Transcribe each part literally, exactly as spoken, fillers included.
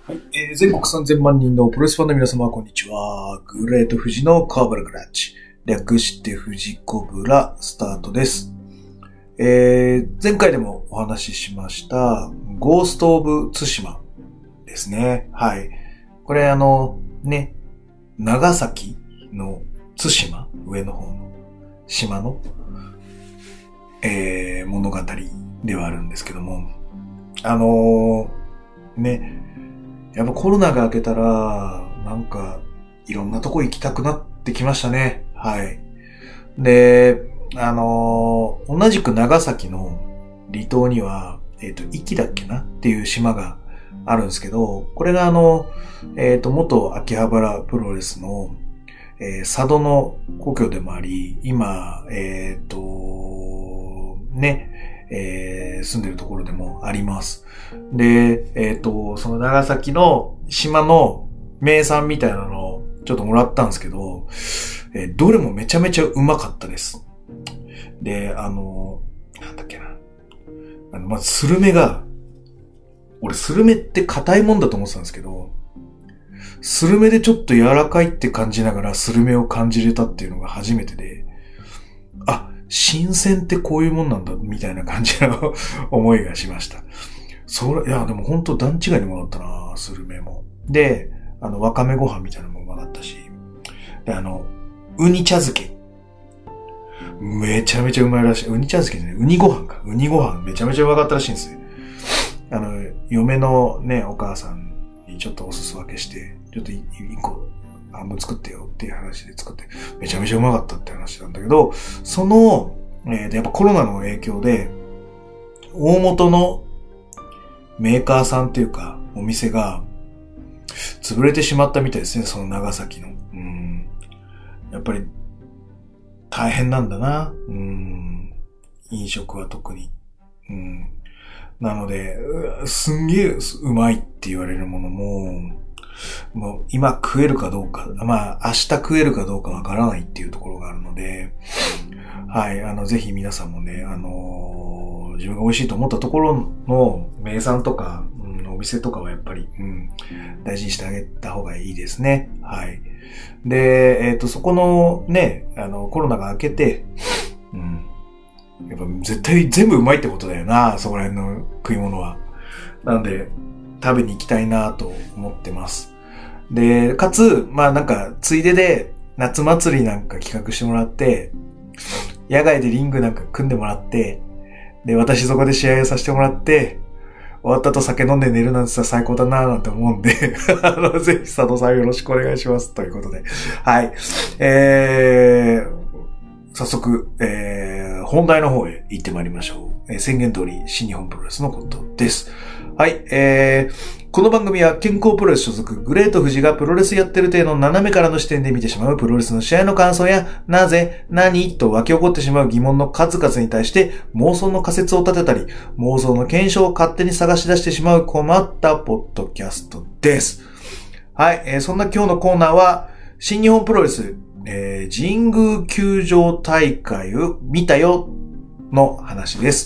はい、えー、全国さんぜんまん人のプロレスファンの皆様、こんにちは。グレート富士のコブラクラッチ。略して富士コブラスタートです。えー、前回でもお話ししました、ゴースト・オブ・ツシマですね。はい。これあの、ね、長崎の対馬、上の方の島の、えー、物語ではあるんですけども、あのー、ね、やっぱコロナが明けたら、なんか、いろんなとこ行きたくなってきましたね。はい。で、あのー、同じく長崎の離島には、えっと、壱岐だっけなっていう島があるんですけど、これがあの、えっと、元秋葉原プロレスの、えー、佐渡の故郷でもあり、今、えっと、ね、えー、住んでるところでもあります。で、えっと、その長崎の島の名産みたいなのをちょっともらったんですけど、えー、どれもめちゃめちゃうまかったです。で、あの、なんだっけな。あの、まずスルメが、俺スルメって硬いもんだと思ってたんですけど、スルメでちょっと柔らかいって感じながらスルメを感じれたっていうのが初めてで、あ、新鮮ってこういうもんなんだ、みたいな感じの思いがしました。それ、いや、でも本当段違いにもらったな、スルメも。で、あの、わかめご飯みたいなのもうまかったし、で、あの、ウニ茶漬け。めちゃめちゃうまいらしい。ウニ茶漬けじゃない、ウニご飯か。ウニご飯めちゃめちゃうまかったらしいんですよ。あの、嫁のね、お母さんにちょっとおすす分けして、ちょっと一個、半分作ってよっていう話で作って、めちゃめちゃうまかったって話なんだけど、その、えー、やっぱコロナの影響で、大元のメーカーさんっていうか、お店が、潰れてしまったみたいですね、その長崎の。うん。やっぱり、大変なんだな。うん。飲食は特に。うん。なので、すんげえうまいって言われるものも、もう今食えるかどうか、まあ明日食えるかどうかわからないっていうところがあるので、はい、あのぜひ皆さんもね、あのー、自分が美味しいと思ったところの名産とか、うん、お店とかはやっぱり、うん、大事にしてあげた方がいいですね。はい。で、えっと、そこのね、あの、コロナが明けて、うん、やっぱ絶対全部うまいってことだよな、そこら辺の食い物は。なので、食べに行きたいなと思ってます。で、かつ、まあなんか、ついでで、夏祭りなんか企画してもらって、野外でリングなんか組んでもらって、で、私そこで試合をさせてもらって、終わった後酒飲んで寝るなんてさ最高だなぁなんて思うんで、あの、ぜひ佐藤さんよろしくお願いします。ということで。はい。えー、早速、えー、本題の方へ行ってまいりましょう。えー、宣言通り、新日本プロレスのことです。はい、えー、この番組は健康プロレス所属グレート富士がプロレスやってる程度の斜めからの視点で見てしまうプロレスの試合の感想や、なぜ、何と湧き起こってしまう疑問の数々に対して妄想の仮説を立てたり、妄想の検証を勝手に探し出してしまう困ったポッドキャストです。はい、えー、そんな今日のコーナーは、新日本プロレス、えー、神宮球場大会を見たよの話です。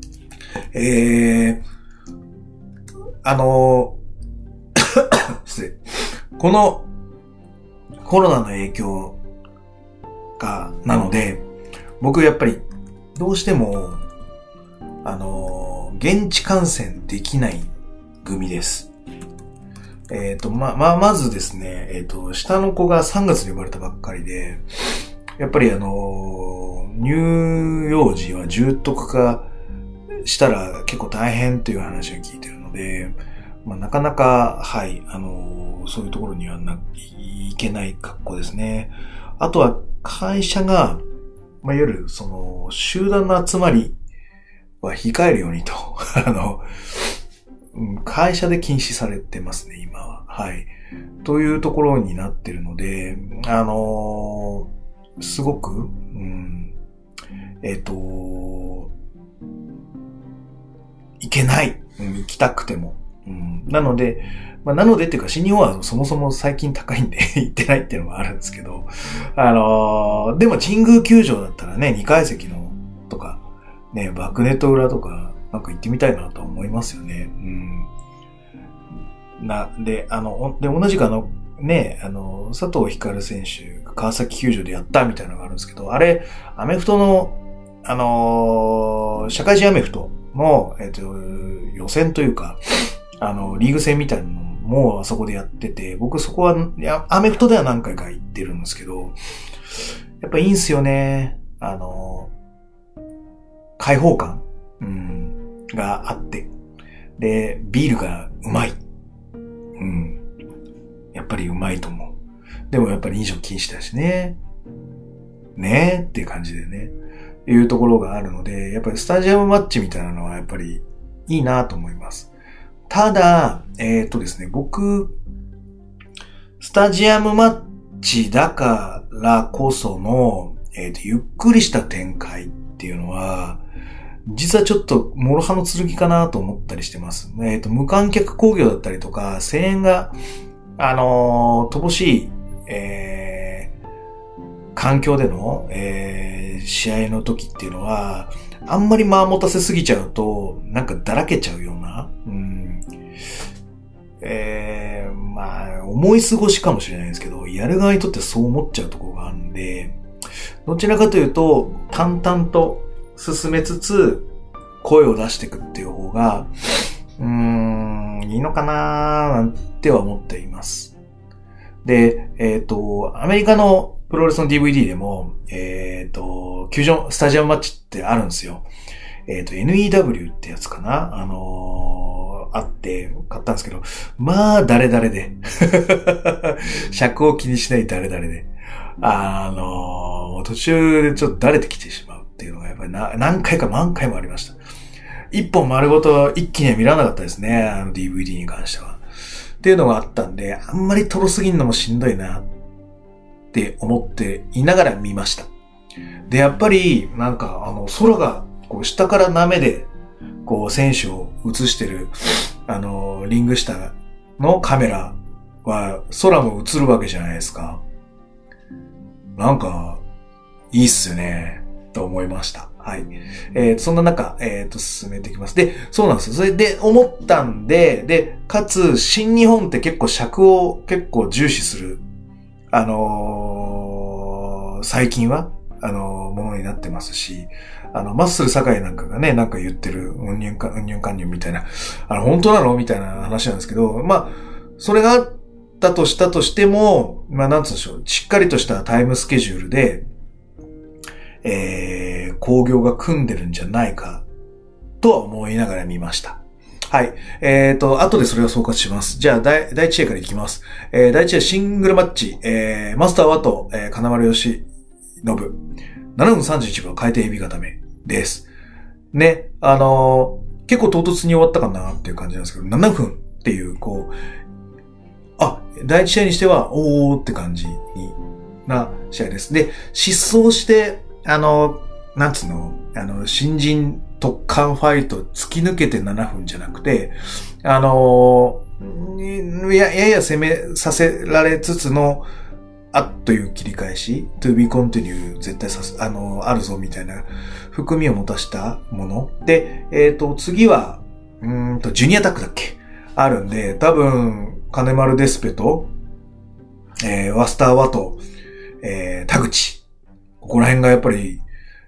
えー、あのー、失礼。このコロナの影響が、なので、僕やっぱりどうしても、あのー、現地観戦できない組です。えっと、ま、まあ、まずですね、えっと、下の子がさんがつに生まれたばっかりで、やっぱりあのー、乳幼児は重篤化したら結構大変という話を聞いてるので、まあ、なかなか、はい、あのー、そういうところにはな、いけない格好ですね。あとは、会社が、まあ、いわゆる、その、集団の集まりは控えるようにと、あの、会社で禁止されてますね、今は。はい。というところになってるので、あのー、すごく、うん、えっと、行けない。うん、行きたくても。うん、なので、まあ、なのでっていうか、新日本はそもそも最近高いんで行ってないっていうのもあるんですけど、あのー、でも神宮球場だったらね、にかい席のとか、ね、バックネット裏とか、なんか行ってみたいなと思いますよね。うん。 な、で、あの、で、同じくあの、ね、あの、佐藤光選手、川崎球場でやったみたいなのがあるんですけど、あれ、アメフトの、あのー、社会人アメフトの、えっと、予選というか、あの、リーグ戦みたいなのもあそこでやってて、僕そこは、いや、アメフトでは何回か行ってるんですけど、やっぱいいんすよね。あの、開放感、うん、があって。で、ビールがうまい。うん。やっぱりうまいと思う。でもやっぱり飲食禁止だしね。ねえっていう感じでね。いうところがあるので、やっぱりスタジアムマッチみたいなのはやっぱりいいなと思います。ただ、えっとですね、僕、スタジアムマッチだからこその、えっと、ゆっくりした展開っていうのは、実はちょっと諸刃の剣かなと思ったりしてます。えっと、無観客興行だったりとか、声援が、あのー、乏しい、えー、環境での、えー、試合の時っていうのは、あんまり間持たせすぎちゃうと、なんかだらけちゃうような、うん、えー、まあ、思い過ごしかもしれないんですけど、やる側にとってそう思っちゃうところがあるんで、どちらかというと、淡々と進めつつ、声を出していくっていう方が、うーん、いいのかなーなんては思っています。で、えっと、アメリカのプロレスの ディーブイディー でも、えっと、球場、スタジアムマッチってあるんですよ。えっと、エヌイーダブリュー ってやつかなあのー、あって、買ったんですけど、まあ、誰々で。尺を気にしない誰々で。あのー、途中でちょっとだれてきてしまうっていうのがやっぱりな何回か何回もありました。一本丸ごと一気には見らなかったですね。あの ディーブイディー に関しては。っていうのがあったんで、あんまりトロすぎんのもしんどいなって思っていながら見ました。で、やっぱりなんかあの空がこう下から斜めでこう選手を映してるあのリング下のカメラは空も映るわけじゃないですか。なんかいいっすよねと思いました。はい。えー、そんな中、えっと、進めていきます。で、そうなんですよ。それで思ったんで、で、かつ、新日本って結構尺を結構重視する、あのー、最近は、あのー、ものになってますし、あの、マッスル坂井なんかがね、なんか言ってる、うんにゅんか、うんにゅんかんにゅんみたいな、あの、本当なのみたいな話なんですけど、まあ、それがあったとしたとしても、まあ、なんつうんでしょう、しっかりとしたタイムスケジュールで、えー、興行が組んでるんじゃないか、とは思いながら見ました。はい。えーと、後でそれを総括します。じゃあ、第、第一試合からいきます。えー、第一試合シングルマッチ、えー、マスターワト、えー、金丸義信、ななふんさんじゅういちびょう回転エビ固めです。ね、あのー、結構唐突に終わったかなっていう感じなんですけど、ななふんっていう、こう、あ、第一試合にしては、おーって感じにな試合です。で、失踪して、あの、なんつうの、あの、新人特艦ファイト突き抜けてななふんじゃなくて、あの、ややや攻めさせられつつの、あっという切り返し、to be continue 絶対さす、あの、あるぞみたいな含みを持たしたもの。で、えっと、次は、うーんと、ジュニアタックだっけあるんで、多分、金丸デスペと、えー、ワスターワト、えー、田口。ここら辺がやっぱり、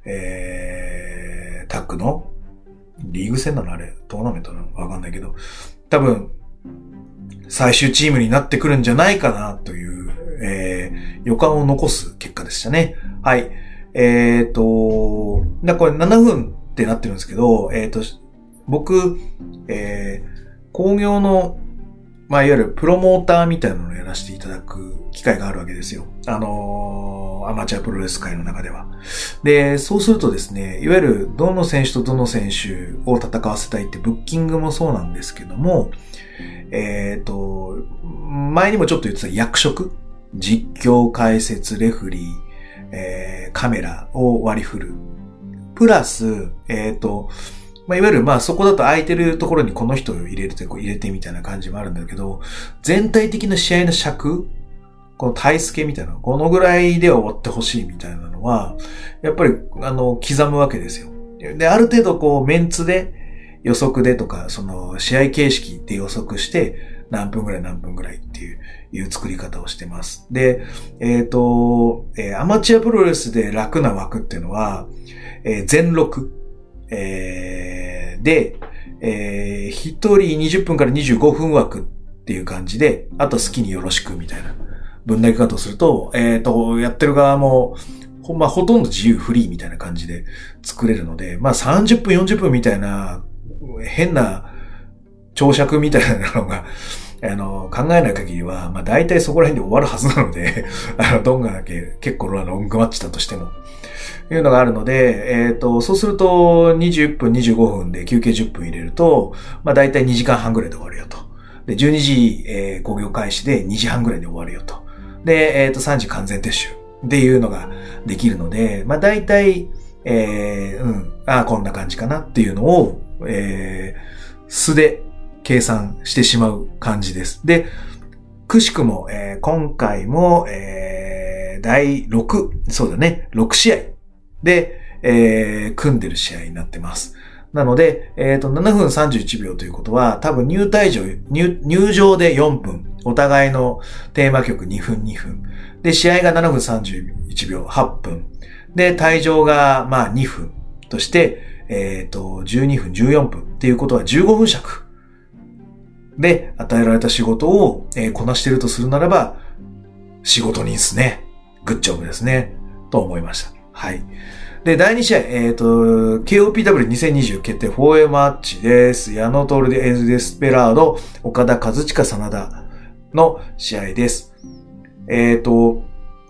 えー、タッグのリーグ戦なのあれトーナメントなのわかんないけど、多分、最終チームになってくるんじゃないかなという、えー、予感を残す結果でしたね。はい。えーと、だこれななふんってなってるんですけど、えーと、僕、えー、興行の、まあ、いわゆるプロモーターみたいなのをやらせていただく機会があるわけですよ。あのー、アマチュアプロレス界の中では。で、そうするとですね、いわゆるどの選手とどの選手を戦わせたいってブッキングもそうなんですけども、えっと、前にもちょっと言ってた役職、実況、解説、レフリー、えー、カメラを割り振る。プラス、えっと、まあ、いわゆる、まあ、そこだと空いてるところにこの人を入れて、こう入れてみたいな感じもあるんだけど、全体的な試合の尺、このタイスケみたいな、このぐらいで終わってほしいみたいなのは、やっぱり、あの、刻むわけですよ。で、ある程度こう、メンツで、予測でとか、その、試合形式で予測して、 何分ぐらい何分ぐらいっていう、いう作り方をしてます。で、えっと、えー、アマチュアプロレスで楽な枠っていうのは、えー、全ろく。えー、で、えー、ひとりにじゅっぷんからにじゅうごふん枠っていう感じで、あと好きによろしくみたいな分類方をすると、えっと、やってる側も、ほ、まあ、ほとんど自由フリーみたいな感じで作れるので、まあ、さんじゅっぷん、よんじゅっぷんみたいな、変な長尺みたいなのが、あの、考えない限りは、まあ、大体そこら辺で終わるはずなので、あの、どんがだけ結構ロングマッチだとしても。いうのがあるので、えっと、そうするとにじゅっぷん、にじゅうごふんで休憩じゅっぷん入れると、まあ大体にじかんはんぐらいで終わるよと。で、じゅうにじ、えー、興行開始でにじはんぐらいで終わるよと。で、えっと、さんじ完全撤収っていうのができるので、まあ大体、えー、うん、あこんな感じかなっていうのを、えー、素で計算してしまう感じです。で、くしくも、えー、今回も、えー、だいろく、そうだね、ろくしあい。で、えー、組んでる試合になってます。なので、えっと、ななふんさんじゅういちびょうということは、多分入退場、入、入場でよんぷん。お互いのテーマ曲にふんにふん。で、試合がななふんさんじゅういちびょう、はっぷん。で、退場が、まあ、にふんとして、えっと、じゅうにふん、じゅうよんぷんっていうことはじゅうごふん尺。で、与えられた仕事を、えー、こなしているとするならば、仕事人ですね。グッジョブですね。と思いました。はい。で、だいに試合、えっと、ケーオーピーダブリューにせんにじゅう 決定 フォーエー マッチです。矢野徹でエル・デスペラード、岡田和親真田の試合です。えっと、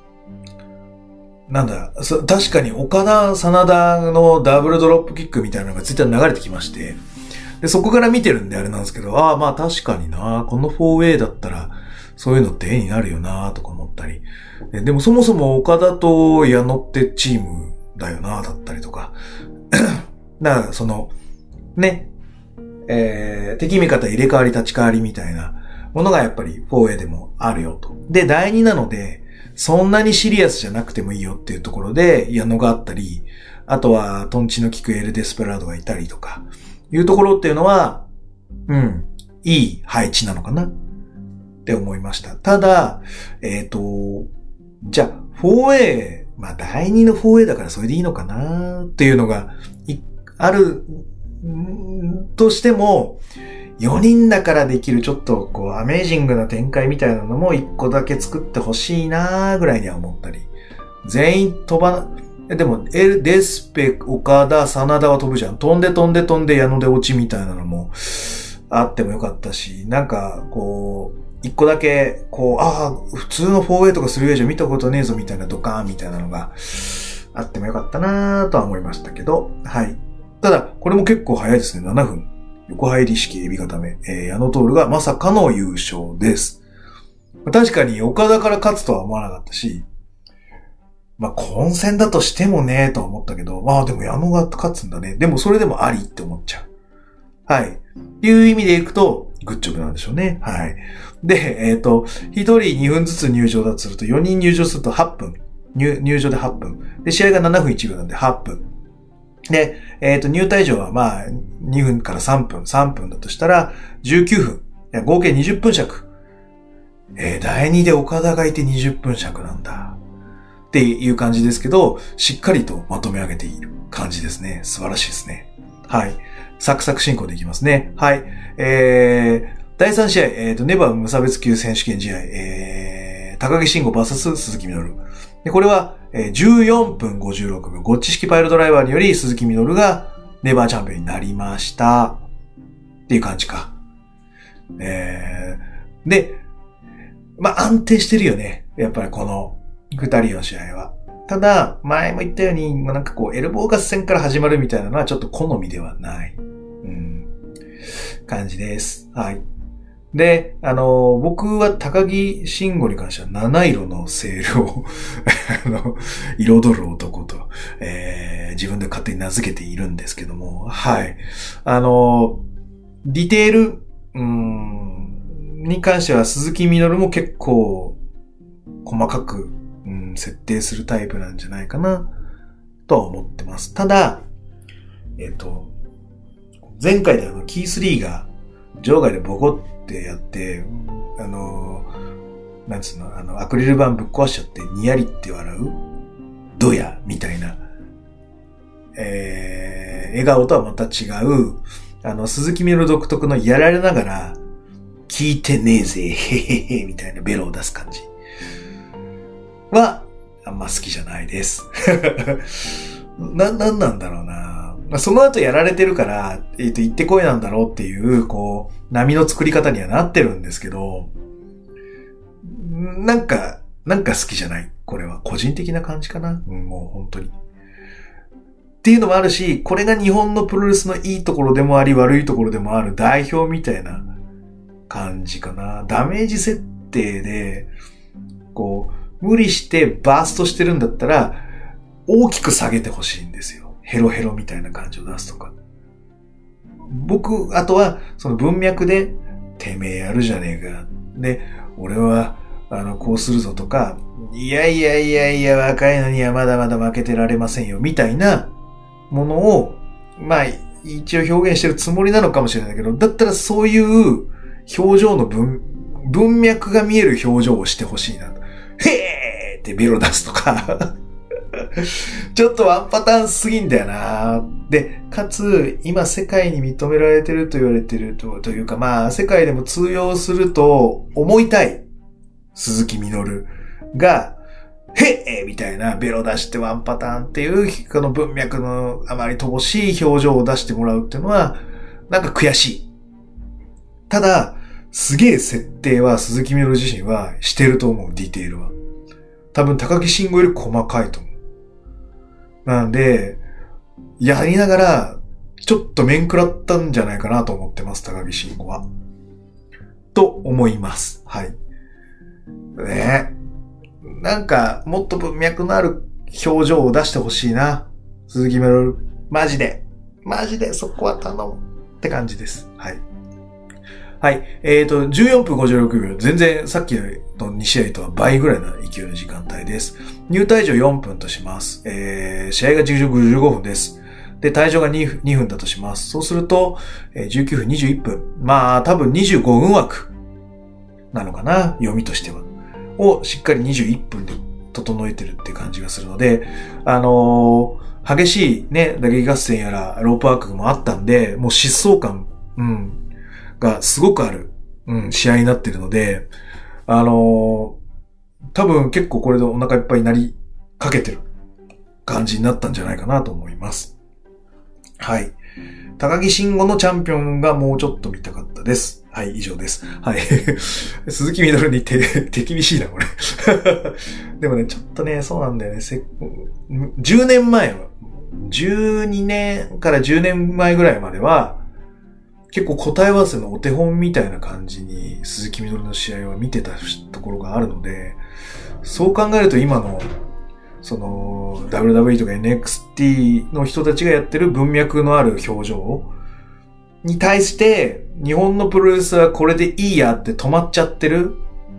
なんだ、確かに岡田真田のダブルドロップキックみたいなのがツイッターに流れてきまして、で、そこから見てるんであれなんですけど、ああ、まあ確かにな、この フォーエー だったら、そういうのって絵になるよな、とか思ったり。でもそもそも岡田と矢野ってチームだよな、だったりとか。だから、その、ね、えー、敵味方入れ替わり立ち替わりみたいなものがやっぱり フォーエー でもあるよと。で、だいになので、そんなにシリアスじゃなくてもいいよっていうところで、矢野があったり、あとはトンチの効くエル・デスペラードがいたりとか、いうところっていうのは、うん、いい配置なのかなって思いました。ただ、えっと、じゃあ、フォーエー、まあ、だいにの フォーエー だからそれでいいのかなっていうのが、ある、としても、よにんだからできるちょっとこうアメージングな展開みたいなのもいっこだけ作ってほしいなーぐらいには思ったり。全員飛ばな、でも、エル、デスペ、岡田、真田は飛ぶじゃん。飛んで飛んで飛んで矢野で落ちみたいなのもあってもよかったし、なんか、こう、一個だけ、こう、ああ、普通の フォーエー とかスリーエーじゃ見たことねえぞみたいなドカーンみたいなのがあってもよかったなーとは思いましたけど、はい。ただ、これも結構早いですね。ななふん。横入り式エビ固め。えー、矢野徹がまさかの優勝です。確かに岡田から勝つとは思わなかったし、まあ、混戦だとしてもね、とは思ったけど、まあでも矢野が勝つんだね。でもそれでもありって思っちゃう。はい。いう意味でいくと、グッジョブなんでしょうね。はい。で、えっと、ひとりにふんずつ入場だとすると、よにん入場するとはっぷん。入、入場ではっぷん。で、試合がななふんいちびょうなんではっぷん。で、えっと、入退場はまあ、にふんからさんぷん、さんぷんだとしたら、じゅうきゅうふん。いや合計にじゅっぷん尺。えー、だいにで岡田がいてにじゅっぷん尺なんだ。っていう感じですけど、しっかりとまとめ上げている感じですね。素晴らしいですね。はい。サクサク進行でいきますね。はい。えー、だいさん試合、えっと、ネバー無差別級選手権試合、えー、高木慎吾 ブイエス 鈴木みのる。で、これは、えー、じゅうよんぷんごじゅうろくびょう、ゴッチ式パイルドライバーにより鈴木みのるがネバーチャンピオンになりました。っていう感じか。えー、で、まあ、安定してるよね。やっぱりこの二人の試合は。ただ、前も言ったように、なんかこう、エルボー合戦から始まるみたいなのはちょっと好みではない。うん。感じです。はい。で、あの、僕は高木慎吾に関しては七色のセールを、あの、彩る男と、えー、自分で勝手に名付けているんですけども、はい。あの、ディテール、うーん、に関しては鈴木みのるも結構細かく、うん、設定するタイプなんじゃないかなとは思ってます。ただ、えっと、前回であのキースリーが場外でボコっってやって、あの、なんつうの、あの、アクリル板ぶっ壊しちゃってニヤリって笑うどやみたいな、えー、笑顔とはまた違う、あの、鈴木みのる独特のやられながら、聞いてねえぜ、へへへ、みたいなベロを出す感じは、あんま好きじゃないです。な、なんなんだろうな。その後やられてるから、えっと、行ってこいなんだろうっていう、こう、波の作り方にはなってるんですけど、なんか、なんか好きじゃない。これは個人的な感じかな。うん、もう本当に。っていうのもあるし、これが日本のプロレスのいいところでもあり悪いところでもある代表みたいな感じかな。ダメージ設定で、こう、無理してバーストしてるんだったら、大きく下げてほしいんですよ。ヘロヘロみたいな感じを出すとか。僕、あとは、その文脈で、てめえやるじゃねえか。で、俺は、あの、こうするぞとか、いやいやいやいや、若いのにはまだまだ負けてられませんよ、みたいなものを、まあ、一応表現してるつもりなのかもしれないけど、だったらそういう表情の文、文脈が見える表情をしてほしいな。へーってベロ出すとか。ちょっとワンパターンすぎんだよな。で、かつ、今世界に認められてると言われてると、というかまあ、世界でも通用すると思いたい。鈴木みのるが、へっみたいなベロ出してワンパターンっていう、この文脈のあまり乏しい表情を出してもらうっていうのは、なんか悔しい。ただ、すげえ設定は鈴木みのる自身はしてると思う、ディテールは。多分高木慎吾より細かいと思う。なんで、やりながら、ちょっと面食らったんじゃないかなと思ってます、高木慎吾は。と思います。はい。ねえ。なんか、もっと文脈のある表情を出してほしいな。鈴木みのる。マジで。マジでそこは頼む。って感じです。はい。はい。えっと、じゅうよんぷんごじゅうろくびょう。全然さっきのに試合とは倍ぐらいの勢いの時間帯です。入退場よんぷんとします。えー、試合がじゅうごふんです。で、退場が にふんだとします。そうすると、じゅうきゅうふんにじゅういっぷん。まあ、多分にじゅうごふん枠なのかな。読みとしては。をしっかりにじゅういっぷんで整えてるって感じがするので、あのー、激しいね、打撃合戦やらロープワークもあったんで、もう疾走感、うん、がすごくある、うん、試合になってるので、あのー、多分結構これでお腹いっぱいになりかけてる感じになったんじゃないかなと思います。はい。高木慎吾のチャンピオンがもうちょっと見たかったです。はい、以上です。はい。鈴木みのるに手、手厳しいな、これ。でもね、ちょっとね、そうなんだよね。せじゅうねんまえは、じゅうにねんからじゅうねんまえぐらいまでは、結構答え合わせのお手本みたいな感じに鈴木みのるの試合は見てたところがあるので、そう考えると今の、その、ダブリューダブリュー とか エヌエックスティー の人たちがやってる文脈のある表情に対して、日本のプロレスはこれでいいやって止まっちゃってる、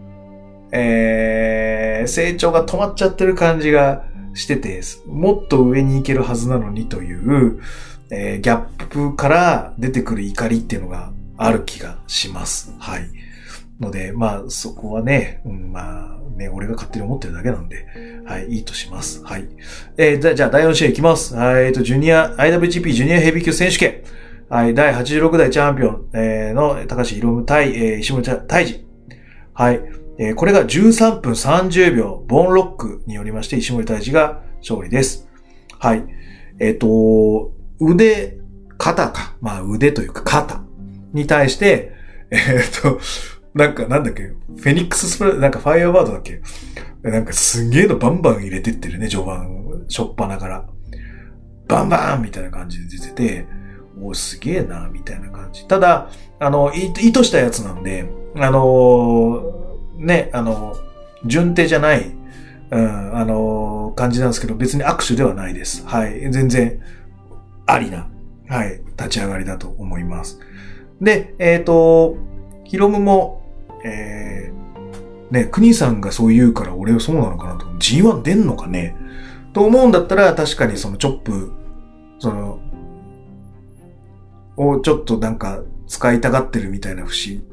えー、成長が止まっちゃってる感じがしてて、もっと上に行けるはずなのにという、えー、ギャップから出てくる怒りっていうのがある気がします。はい。ので、まあ、そこはね、うん、まあ、ね、俺が勝手に思ってるだけなんで、はい、いいとします。はい。えー、じゃあ、だいよん試合いきます。はい、えっと、ジュニア、アイダブリュージーピー ジュニアヘビー級選手権。はい、だいはちじゅうろくだいチャンピオン、えー、の高橋宏夢対、えー、石森泰治。はい。えー、これがじゅうさんぷんさんじゅうびょう、ボーンロックによりまして、石森泰治が勝利です。はい。えっと、腕、肩か。まあ、腕というか肩に対して、えー、っと、なんか、なんだっけ、フェニックススプラ、なんかファイアーバードだっけ、なんかすげえのバンバン入れてってるね、序盤、しょっぱなから。バンバーンみたいな感じで出てて、おすげえな、みたいな感じ。ただ、あの、意図したやつなんで、あの、ね、あの、順手じゃない、うん、あの、感じなんですけど、別に握手ではないです。はい。全然、ありな、はい、立ち上がりだと思います。で、えっと、ヒロムも、えー、ね、クニさんがそう言うから俺はそうなのかなと。ジーワン 出んのかねと思うんだったら、確かにそのチョップ、その、をちょっとなんか使いたがってるみたいな節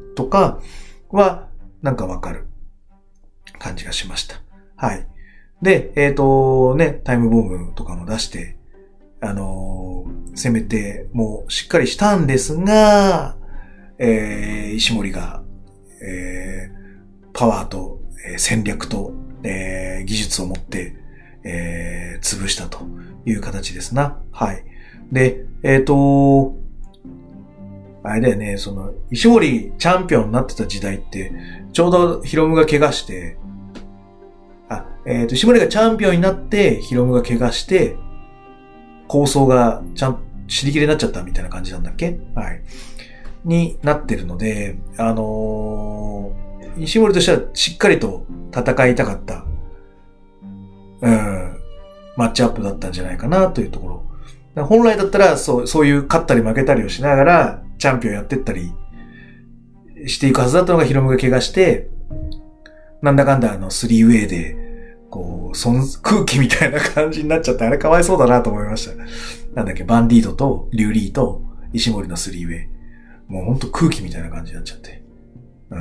とかは、なんかわかる感じがしました。はい。で、えっと、ね、タイムボムとかも出して、あのー、攻めて、もうしっかりしたんですが、えー、石森が、えー、パワーと、えー、戦略と、えー、技術を持って、えー、潰したという形ですな。はい。で、えっと、あれだよね、その、石森チャンピオンになってた時代って、ちょうどヒロムが怪我して、あ、えっと、石森がチャンピオンになって、ヒロムが怪我して、構想がちゃん、尻切れになっちゃったみたいな感じなんだっけ？はい。になってるので、あのー、石森としてはしっかりと戦いたかった、うん、マッチアップだったんじゃないかなというところ。本来だったら、そう、そういう勝ったり負けたりをしながら、チャンピオンやってったりしていくはずだったのがヒロムが怪我して、なんだかんだあのスリーウェイで、こう、そん空気みたいな感じになっちゃって、あれかわいそうだなと思いました。なんだっけ、バンディードとリュウリーと石森のスリーウェイ。もうほんと空気みたいな感じになっちゃって。うん、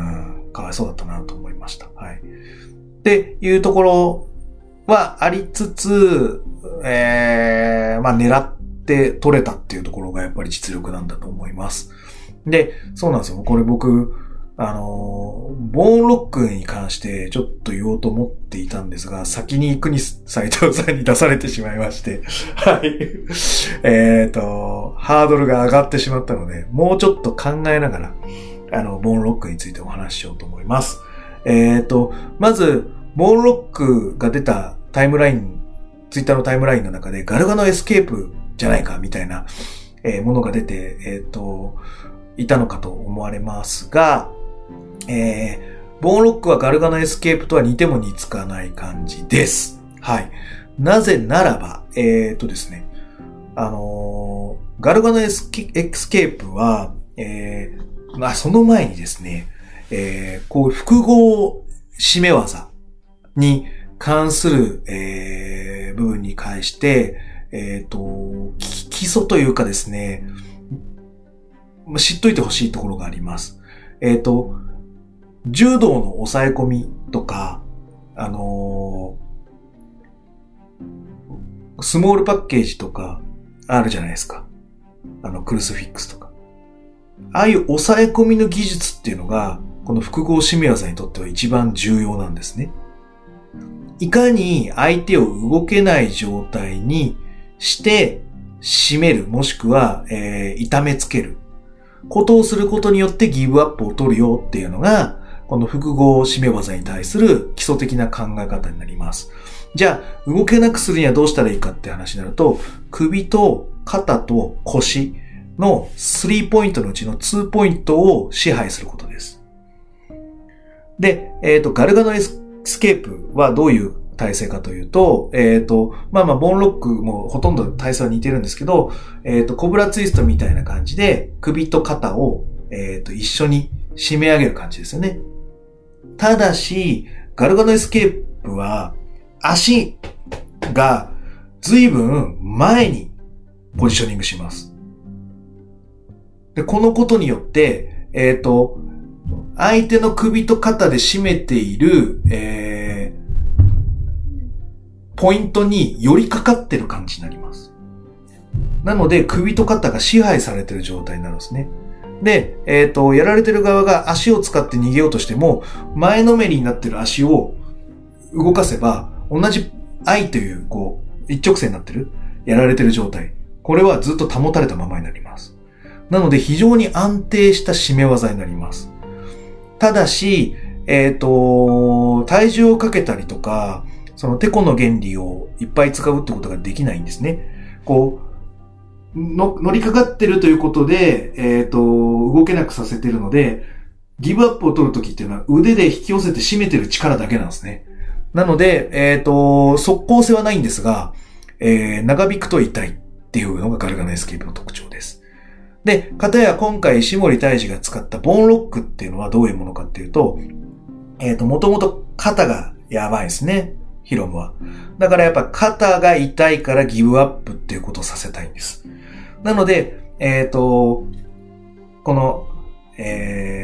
かわいそうだったなと思いました。はい。っていうところはありつつ、えー、まあ狙って取れたっていうところがやっぱり実力なんだと思います。で、そうなんですよ。これ僕、あの、ボーンロックに関してちょっと言おうと思っていたんですが、先に国斉藤さんに出されてしまいまして、はい。えっと、ハードルが上がってしまったので、もうちょっと考えながら、あの、ボーンロックについてお話ししようと思います。えっと、まず、ボーンロックが出たタイムライン、ツイッターのタイムラインの中で、ガルガのエスケープじゃないか、みたいな、えー、ものが出て、えっと、いたのかと思われますが、えー、ボーンロックはガルガのエスケープとは似ても似つかない感じです。はい。なぜならば、えー、っとですね、あのー、ガルガのエスケープは、えー、まあ、その前にですね、えー、こう、複合締め技に関する、えー、部分に関して、えー、っと、基礎というかですね、知っといてほしいところがあります。えー、っと、柔道の抑え込みとか、あのー、スモールパッケージとかあるじゃないですか。あの、クルスフィックスとか。ああいう抑え込みの技術っていうのが、この複合締め技にとっては一番重要なんですね。いかに相手を動けない状態にして締める、もしくは、えー、痛めつけることをすることによってギブアップを取るよっていうのが、この複合締め技に対する基礎的な考え方になります。じゃあ、動けなくするにはどうしたらいいかって話になると、首と肩と腰のスリーポイントのうちのツーポイントを支配することです。で、えっと、ガルガのエスケープはどういう体勢かというと、えっと、まあまあ、ボーンロックもほとんど体勢は似てるんですけど、えっと、コブラツイストみたいな感じで、首と肩を、えっと、一緒に締め上げる感じですよね。ただし、ガルガのエスケープは、足が随分前にポジショニングします。で、このことによって、えっと、相手の首と肩で締めている、えー、ポイントに寄りかかってる感じになります。なので、首と肩が支配されている状態になるんですね。で、えっと、やられてる側が足を使って逃げようとしても、前のめりになってる足を動かせば、同じ愛という、こう、一直線になってる、やられてる状態。これはずっと保たれたままになります。なので、非常に安定した締め技になります。ただし、えっと、体重をかけたりとか、そのテコの原理をいっぱい使うってことができないんですね。こう、の乗りかかってるということで、えっと、動けなくさせてるので、ギブアップを取るときっていうのは腕で引き寄せて締めてる力だけなんですね。なので、えっと、即効性はないんですが、えー、長引くと痛いっていうのがガルガのエスケープの特徴です。で、かたや今回石森大治が使ったボーンロックっていうのはどういうものかっていうと、えっと、もともと肩がやばいですね。ヒロムは。だからやっぱ肩が痛いからギブアップっていうことをさせたいんです。なので、えっと、この、え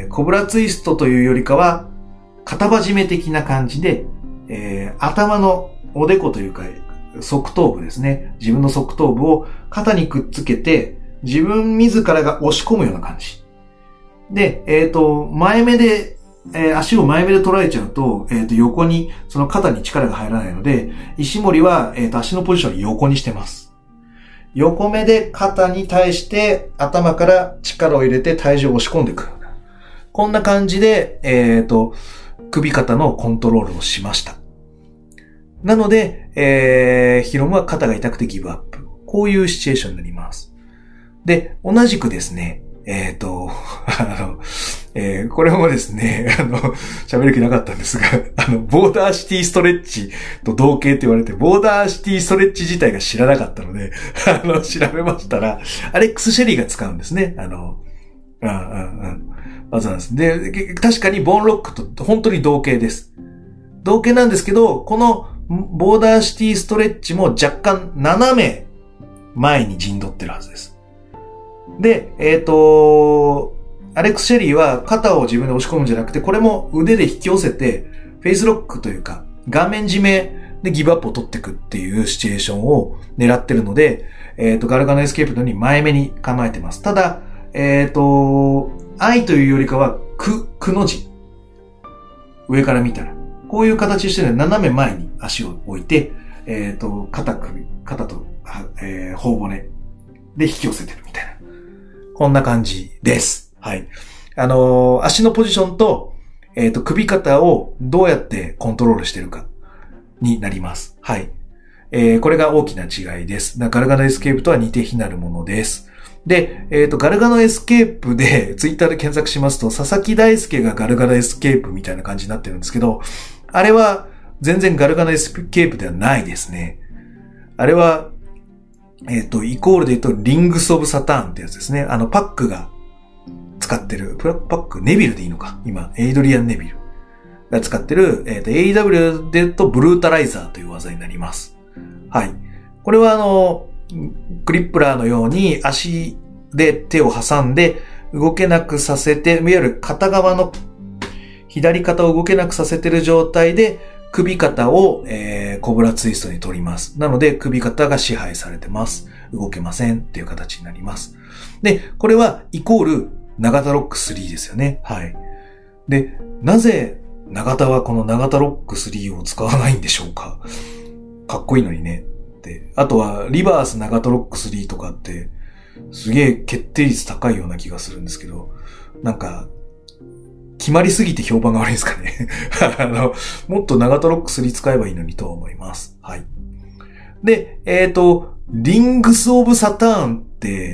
えー、コブラツイストというよりかは、肩ばじめ的な感じで、えー、頭のおでこというか、側頭部ですね。自分の側頭部を肩にくっつけて、自分自らが押し込むような感じ。で、えっと、前目で、えー、足を前目で捉えちゃうと、えっと、横に、その肩に力が入らないので、石森は、えっと、足のポジションを横にしてます。横目で肩に対して頭から力を入れて体重を押し込んでいく。こんな感じで、えっと、首肩のコントロールをしました。なので、えー、ヒロムは肩が痛くてギブアップ。こういうシチュエーションになります。で、同じくですね、えっと、あの、えー、これもですね、あの、喋る気なかったんですが、あの、ボーダーシティストレッチと同型って言われて、ボーダーシティストレッチ自体が知らなかったので、あの、調べましたら、アレックス・シェリーが使うんですね。あの、うんうんうん。技なんです。で、確かにボーンロックと本当に同型です。同型なんですけど、このボーダーシティストレッチも若干斜め前に陣取ってるはずです。で、えっと、アレックス・シェリーは肩を自分で押し込むんじゃなくて、これも腕で引き寄せて、フェイスロックというか、顔面締めでギブアップを取っていくっていうシチュエーションを狙ってるので、えっと、ガルガノエスケープのように前目に構えてます。ただ、えっと、愛というよりかは、く、くの字。上から見たら。こういう形してるので、斜め前に足を置いて、えっと、肩首、肩と、えー、頬骨で引き寄せてるみたいな。こんな感じです。はい。あのー、足のポジションと、えっと、首肩をどうやってコントロールしてるかになります。はい。えー、これが大きな違いです。ガルガノエスケープとは似て非なるものです。で、えっと、ガルガノエスケープで、ツイッターで検索しますと、佐々木大輔がガルガノエスケープみたいな感じになってるんですけど、あれは全然ガルガノエスケープではないですね。あれは、えっと、イコールで言うと、リングス・オブ・サターンってやつですね。あの、パックが使ってる、パック、ネビルでいいのか。今、エイドリアン・ネビルが使ってる、えっと、エーイーダブリュー で言うと、ブルータライザーという技になります。はい。これはあの、クリップラーのように足で手を挟んで動けなくさせて、いわゆる片側の左肩を動けなくさせている状態で、首肩を、えー、コブラツイストに取ります。なので、首肩が支配されてます。動けませんっていう形になります。で、これはイコール、長田ロックスリーですよね。はい。で、なぜ、長田はこの長田ロックスリーを使わないんでしょうか。かっこいいのにね。で、あとは、リバース長田ロックスリーとかって、すげえ決定率高いような気がするんですけど、なんか、決まりすぎて評判が悪いんですかね。あの、もっと長田ロックスリー使えばいいのにと思います。はい。で、えっと、リングス・オブ・サターンって、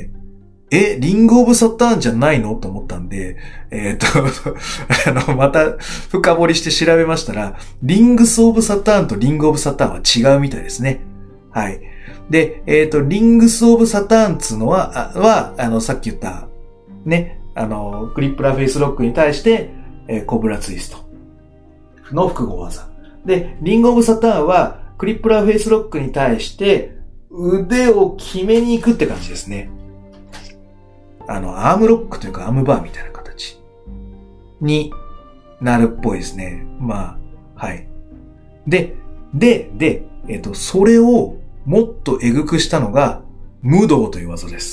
え、リング・オブ・サターンじゃないのと思ったんで、えっと、あの、また深掘りして調べましたら、リングス・オブ・サターンとリング・オブ・サターンは違うみたいですね。はい。で、えっと、リングス・オブ・サターンつうのは、あは、あの、さっき言った、ね、あの、クリップラーフェイスロックに対して、えー、コブラツイストの複合技。で、リング・オブ・サターンは、クリップラーフェイスロックに対して、腕を決めに行くって感じですね。あの、アームロックというかアームバーみたいな形になるっぽいですね。まあ、はい。で、で、で、えっと、それをもっとえぐくしたのが、無動という技です。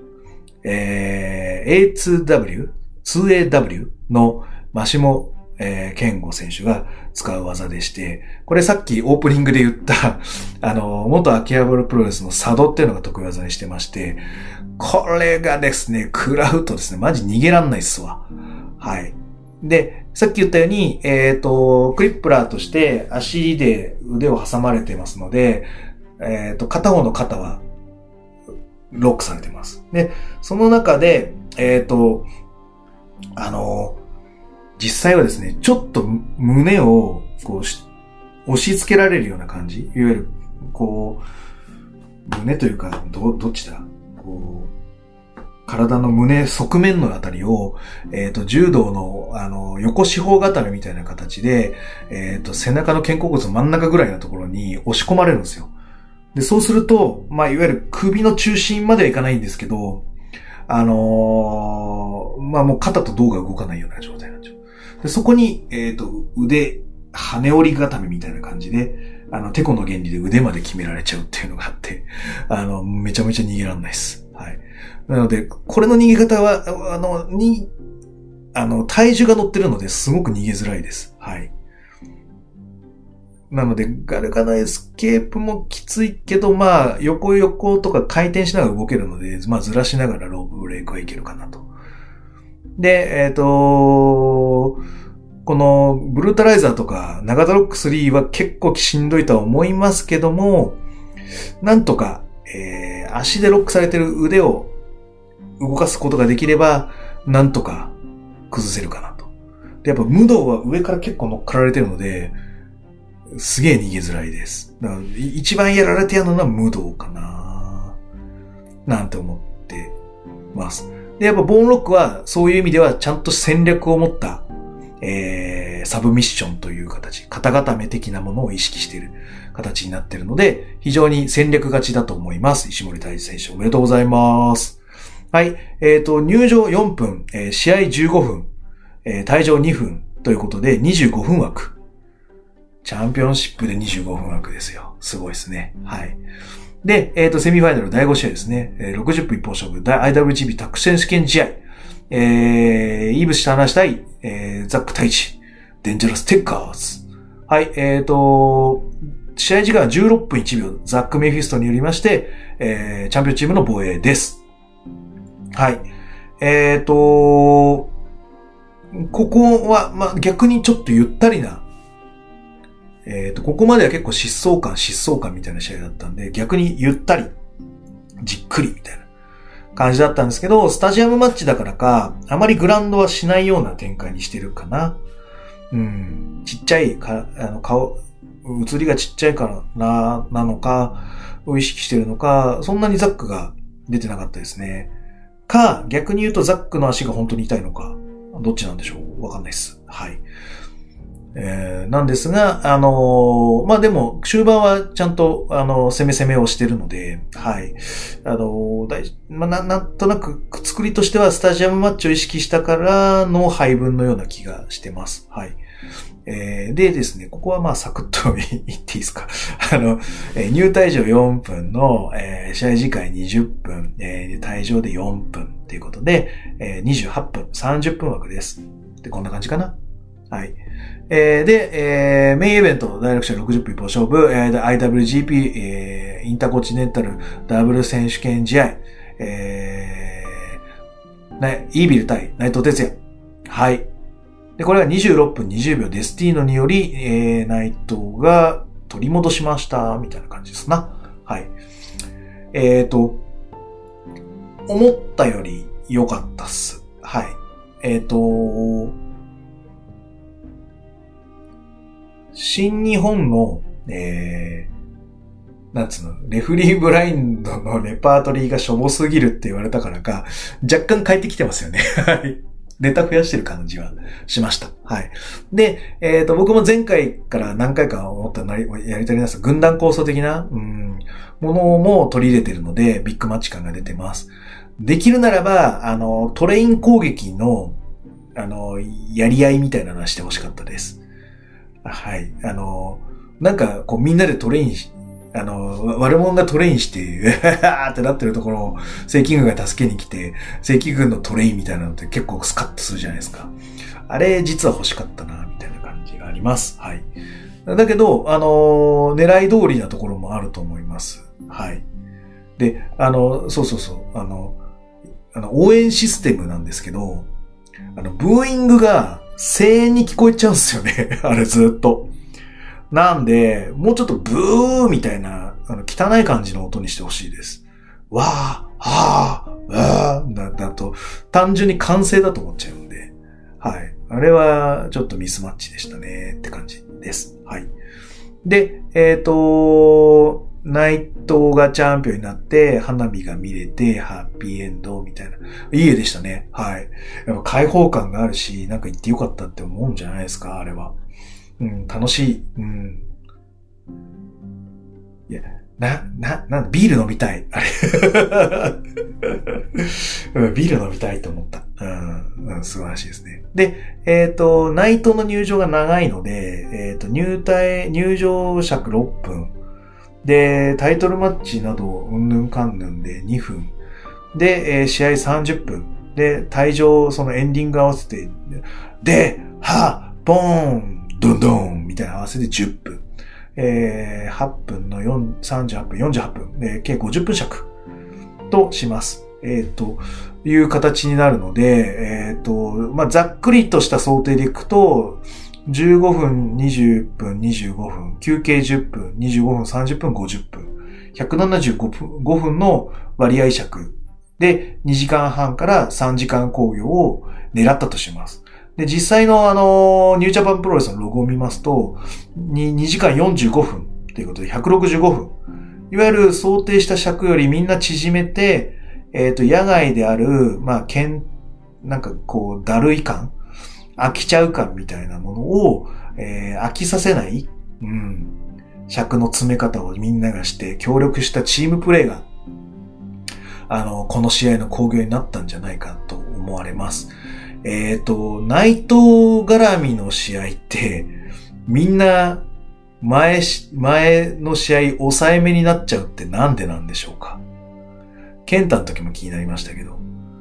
えー、エーツーダブリュー、ツーエーダブリュー のマシモ、えー、ケンゴ選手が使う技でして、これさっきオープニングで言った、あの、元秋葉原プロレスのサドっていうのが得意技にしてまして、これがですね、食らうとですね、マジ逃げらんないっすわ。はい。で、さっき言ったように、えっと、クリップラーとして足で腕を挟まれてますので、えっと、片方の肩はロックされてます。で、その中で、えっと、あの、実際はですね、ちょっと胸をこうし押し付けられるような感じ。いわゆる、こう、胸というか、ど、どっちだこう、体の胸、側面のあたりを、えっと、柔道の、あの、横四方固めみたいな形で、えっと、背中の肩甲骨の真ん中ぐらいのところに押し込まれるんですよ。で、そうすると、まあ、いわゆる首の中心まではいかないんですけど、あのー、 まあもう肩と胴が動かないような状態なんですよ。で、そこに、えっと、腕、羽折り固めみたいな感じで、あの、テコの原理で腕まで決められちゃうっていうのがあって、あの、めちゃめちゃ逃げらんないです。はい。なので、これの逃げ方は、あの、に、あの、体重が乗ってるのですごく逃げづらいです。はい。なので、ガルガのエスケープもきついけど、まあ、横横とか回転しながら動けるので、まあ、ずらしながらロープブレイクはいけるかなと。で、えっと、この、ブルータライザーとか、ナガタロックスリーは結構しんどいとは思いますけども、なんとか、えー、足でロックされてる腕を動かすことができれば、なんとか崩せるかなと。で、やっぱ無道は上から結構乗っかられてるので、すげえ逃げづらいです。だから一番やられてやるのは無道かななんて思ってます。で、やっぱボーンロックはそういう意味ではちゃんと戦略を持った、えー、サブミッションという形、肩固め的なものを意識している形になっているので、非常に戦略勝ちだと思います。石森大地選手おめでとうございます。はい。えっと、入場よんぷん、えー、試合じゅうごふん、えー、退場にふんということでにじゅうごふん枠。チャンピオンシップでにじゅうごふん枠ですよ。すごいですね。はい。で、えっと、セミファイナルだいご試合ですね。えー、ろくじゅっぷん一本勝負、アイダブリュージービー タッグ選手権試合。えー、イーブスターナシ対、えー、ザック太一、デンジャラステッカーズ。はい、えっと、試合時間はじゅうろっぷんいちびょう、ザックメフィストによりまして、えー、チャンピオンチームの防衛です。はい。えっと、ここは、まあ、逆にちょっとゆったりな、えっと、ここまでは結構疾走感、疾走感みたいな試合だったんで、逆にゆったり、じっくりみたいな感じだったんですけど、スタジアムマッチだからか、あまりグラウンドはしないような展開にしてるかな。うん、ちっちゃいか、あの、顔、映りがちっちゃいからな、なのか、を意識してるのか、そんなにザックが出てなかったですね。か、逆に言うとザックの足が本当に痛いのか、どっちなんでしょう？わかんないです。はい。えー、なんですが、あのー、まあ、でも、終盤はちゃんと、あのー、攻め攻めをしてるので、はい。あのー、大まあ、な、なんとなく、作りとしてはスタジアムマッチを意識したからの配分のような気がしてます。はい。えー、でですね、ここはまあ、サクッと言っていいですか。あの、えー、入退場よんぷんの、えー、試合時間にじゅっぷん、えー、退場でよんぷんということで、えー、にじゅうはっぷん、さんじゅっぷん枠です。で、こんな感じかな。はい。えー、で、えー、メインイベント、ダイレクションろくじゅっぷん一本勝負、えー、アイダブリュージーピー、えー、インターコンチネンタルダブル選手権試合、えー、ね、イービル対内藤哲也。はい。で、これがにじゅうろっぷんにじゅうびょうデスティーノにより、えー、内藤が取り戻しました、みたいな感じですな。はい。えーと、思ったより良かったっす。はい。えーと、新日本の、えー、なんつうの、レフリーブラインドのレパートリーがしょぼすぎるって言われたからか、若干変えてきてますよね。はい。ネタ増やしてる感じはしました。はい。で、えっと、僕も前回から何回か思ったなり、やりたりなさ、軍団構想的な、うん、ものも取り入れてるので、ビッグマッチ感が出てます。できるならば、あの、トレイン攻撃の、あの、やり合いみたいなのはしてほしかったです。はい。あの、なんか、こう、みんなでトレインし、あの、悪者がトレインして、あーってなってるところを、正規軍が助けに来て、正規軍のトレインみたいなのって結構スカッとするじゃないですか。あれ、実は欲しかったな、みたいな感じがあります。はい。だけど、あの、狙い通りなところもあると思います。はい。で、あの、そうそうそう、あの、あの、応援システムなんですけど、あの、ブーイングが声援に聞こえちゃうんですよね。あれずっと。なんで、もうちょっとブーみたいな、あの、汚い感じの音にしてほしいです。わー、はー、わーだ、だと、単純に歓声だと思っちゃうんで。はい。あれは、ちょっとミスマッチでしたね、って感じです。はい。で、えっと、内藤がチャンピオンになって、花火が見れて、ハッピーエンドみたいな。いい絵でしたね。はい。やっぱ開放感があるし、なんか行ってよかったって思うんじゃないですか、あれは。うん、楽しい。うん。いや、な、な、な、ビール飲みたい。あれ。ビール飲みたいと思った。うん。 うん、素晴らしいですね。で、えっと、内藤の入場が長いので、えっと、入隊、入場尺ろっぷん。で、タイトルマッチなど、うんぬんかんぬんでにふん。で、えー、試合さんじゅっぷん。で、退場、そのエンディング合わせて、で、は、ボーン、ドンドンみたいな合わせてじゅっぷん。えー、はっぷんのよん、さんじゅうはっぷん、よんじゅうはっぷん。で、計ごじゅっぷん尺とします。えっと、いう形になるので、えっと、まあ、ざっくりとした想定でいくと、じゅうごふん、にじゅっぷん、にじゅうごふん、休憩じゅっぷん、にじゅうごふん、さんじゅっぷん、ごじゅっぷん。ひゃくななじゅうごふんの割合尺でにじかんはんからさんじかん興行を狙ったとします。で、実際のあの、ニュージャパンプロレスのロゴを見ますと、にじかんよんじゅうごふんということでひゃくろくじゅうごふん。いわゆる想定した尺よりみんな縮めて、えっと、野外である、まあ、けん、なんかこう、だるい感、飽きちゃう感みたいなものを、えー、飽きさせない、うん、尺の詰め方をみんながして、協力したチームプレーが、あの、この試合の興行になったんじゃないかと思われます。えっと、内藤絡みの試合って、みんな、前し、前の試合抑えめになっちゃうってなんでなんでしょうか。ケンタの時も気になりましたけど。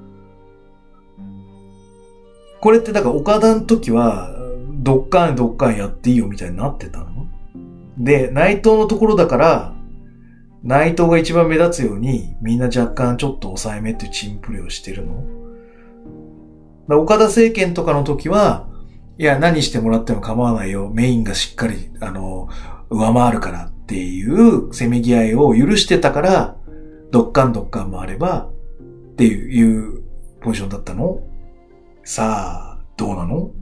これってだから岡田の時は、どっかんどっかんやっていいよみたいになってたの？で、内藤のところだから、内藤が一番目立つように、みんな若干ちょっと抑えめっていうチームプレーをしてるの？だ岡田政権とかの時は、いや、何してもらっても構わないよ。メインがしっかり、あの、上回るからっていうせめぎ合いを許してたから、どっかんどっかんもあれば、っていうポジションだったの？さあ、どうなの？って、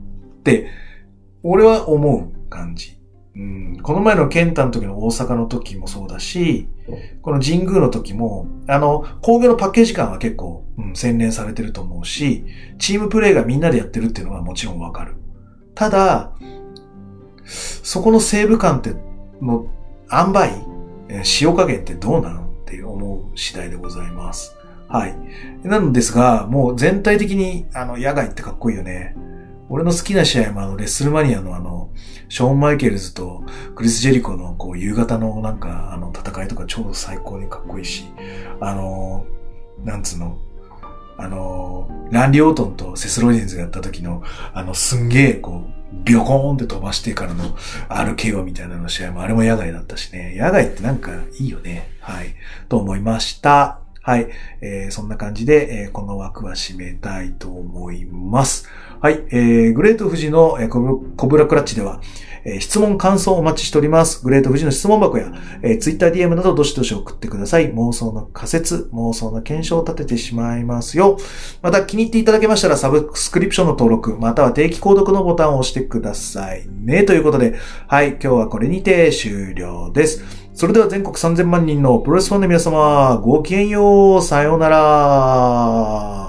俺は思う感じ。うん、この前のケンタの時の大阪の時もそうだし、この神宮の時も、あの、工業のパッケージ感は結構、うん、洗練されてると思うし、チームプレーがみんなでやってるっていうのはもちろんわかる。ただ、そこのセーブ感って、の、塩梅、塩加減ってどうなのって思う次第でございます。はい。なんですが、もう全体的に、あの、野外ってかっこいいよね。俺の好きな試合もあの、レッスルマニアのあの、ショーン・マイケルズとクリス・ジェリコのこう、夕方のなんか、あの、戦いとか超最高にかっこいいし、あの、なんつうの、あの、ランリー・オートンとセス・ロジンズがやった時の、あの、すんげえ、こう、ビョコーンって飛ばしてからの アールケーオー みたいなの試合もあれも野外だったしね。野外ってなんかいいよね。はい。と思いました。はい。えー、そんな感じで、えー、この枠は締めたいと思います。はい。えー、グレート富士の、えー、コブラクラッチでは、えー、質問感想をお待ちしております。グレート富士の質問箱や、えー、ツイッター ディーエム などどしどし送ってください。妄想の仮説、妄想の検証を立ててしまいますよ。また気に入っていただけましたらサブスクリプションの登録、または定期購読のボタンを押してくださいね。ということで、はい。今日はこれにて終了です。それでは全国さんぜんまん人のプロレスファンの皆様、ごきげんよう。さようなら。